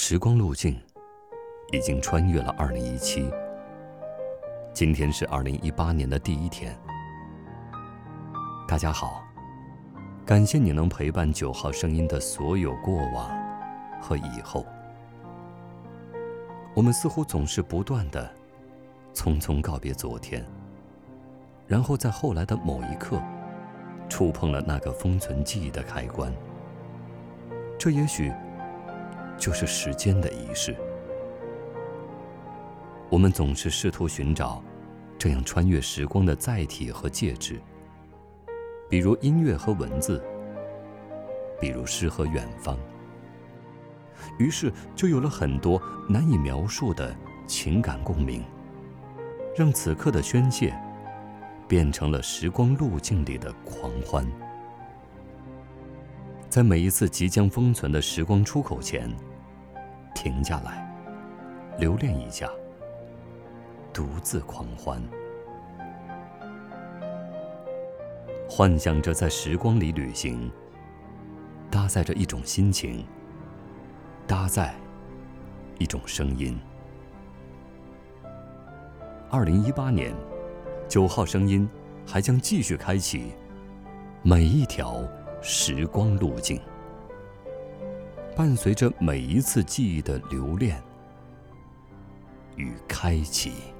时光路径已经穿越了2017，今天是2018年的第一天。大家好，感谢你能陪伴9号声音的所有过往和以后。我们似乎总是不断地匆匆告别昨天，然后在后来的某一刻触碰了那个封存记忆的开关。这也许就是时间的仪式。我们总是试图寻找这样穿越时光的载体和介质，比如音乐和文字，比如诗和远方。于是就有了很多难以描述的情感共鸣，让此刻的宣泄变成了时光路径里的狂欢。在每一次即将封存的时光出口前，停下来，留恋一下，独自狂欢，幻想着在时光里旅行，搭载着一种心情，搭载一种声音。2018年9号声音还将继续开启每一条时光路径，伴随着每一次记忆的留恋与开启。